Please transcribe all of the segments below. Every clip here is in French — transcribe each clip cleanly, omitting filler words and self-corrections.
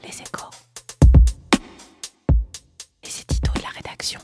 Les Échos. Les éditos de la rédaction.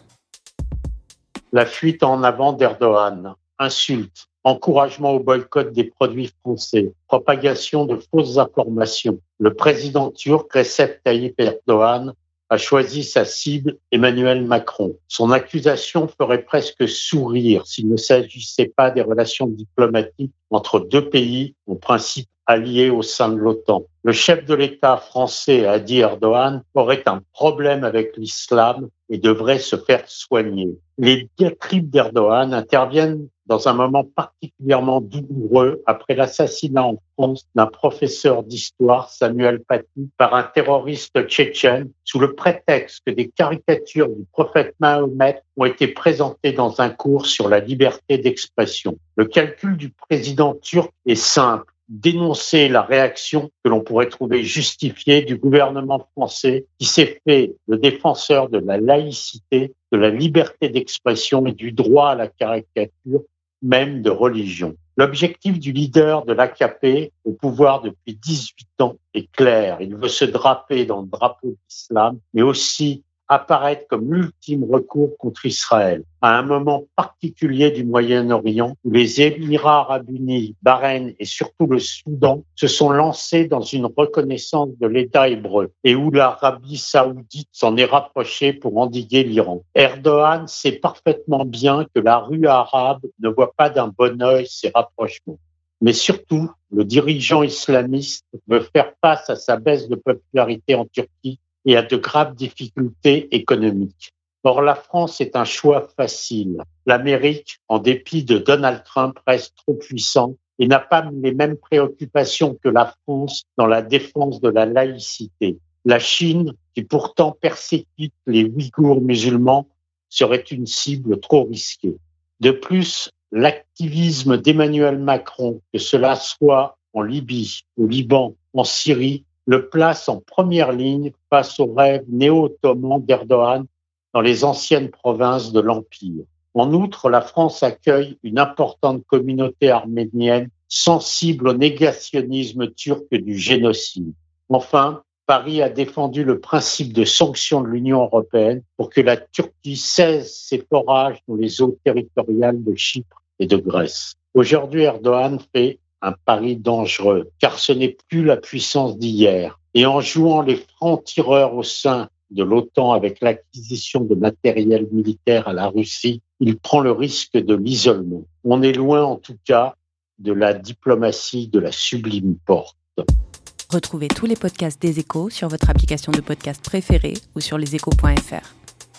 La fuite en avant d'Erdogan, insultes, encouragement au boycott des produits français, propagation de fausses informations. Le président turc Recep Tayyip Erdogan a choisi sa cible, Emmanuel Macron. Son accusation ferait presque sourire s'il ne s'agissait pas des relations diplomatiques entre deux pays, en principe alliés au sein de l'OTAN. Le chef de l'État français, Hadi Erdogan, aurait un problème avec l'islam et devrait se faire soigner. Les diatribes d'Erdogan interviennent dans un moment particulièrement douloureux après l'assassinat en France d'un professeur d'histoire, Samuel Paty, par un terroriste tchétchène, sous le prétexte que des caricatures du prophète Mahomet ont été présentées dans un cours sur la liberté d'expression. Le calcul du président turc est simple. Dénoncer la réaction que l'on pourrait trouver justifiée du gouvernement français qui s'est fait le défenseur de la laïcité, de la liberté d'expression et du droit à la caricature, même de religion. L'objectif du leader de l'AKP, au pouvoir depuis 18 ans, est clair. Il veut se draper dans le drapeau de l'islam, mais aussi apparaître comme l'ultime recours contre Israël, à un moment particulier du Moyen-Orient où les Émirats arabes unis, Bahreïn et surtout le Soudan se sont lancés dans une reconnaissance de l'État hébreu et où l'Arabie saoudite s'en est rapprochée pour endiguer l'Iran. Erdogan sait parfaitement bien que la rue arabe ne voit pas d'un bon œil ces rapprochements. Mais surtout, le dirigeant islamiste veut faire face à sa baisse de popularité en Turquie et à de graves difficultés économiques. Or, la France est un choix facile. L'Amérique, en dépit de Donald Trump, reste trop puissante et n'a pas les mêmes préoccupations que la France dans la défense de la laïcité. La Chine, qui pourtant persécute les Ouïghours musulmans, serait une cible trop risquée. De plus, l'activisme d'Emmanuel Macron, que cela soit en Libye, au Liban, en Syrie, le place en première ligne face aux rêves néo-ottomans d'Erdogan dans les anciennes provinces de l'Empire. En outre, la France accueille une importante communauté arménienne sensible au négationnisme turc du génocide. Enfin, Paris a défendu le principe de sanction de l'Union européenne pour que la Turquie cesse ses forages dans les eaux territoriales de Chypre et de Grèce. Aujourd'hui, Erdogan fait un pari dangereux, car ce n'est plus la puissance d'hier. Et en jouant les francs-tireurs au sein de l'OTAN avec l'acquisition de matériel militaire à la Russie, il prend le risque de l'isolement. On est loin, en tout cas, de la diplomatie de la sublime porte. Retrouvez tous les podcasts des Échos sur votre application de podcast préférée ou sur leséchos.fr.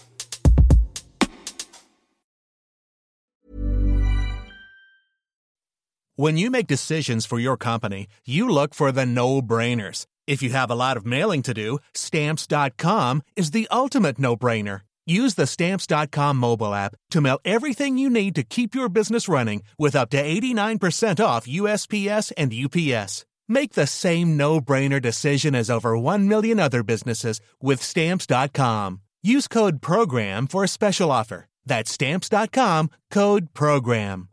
When you make decisions for your company, you look for the no-brainers. If you have a lot of mailing to do, Stamps.com is the ultimate no-brainer. Use the Stamps.com mobile app to mail everything you need to keep your business running with up to 89% off USPS and UPS. Make the same no-brainer decision as over 1 million other businesses with Stamps.com. Use code PROGRAM for a special offer. That's Stamps.com, code PROGRAM.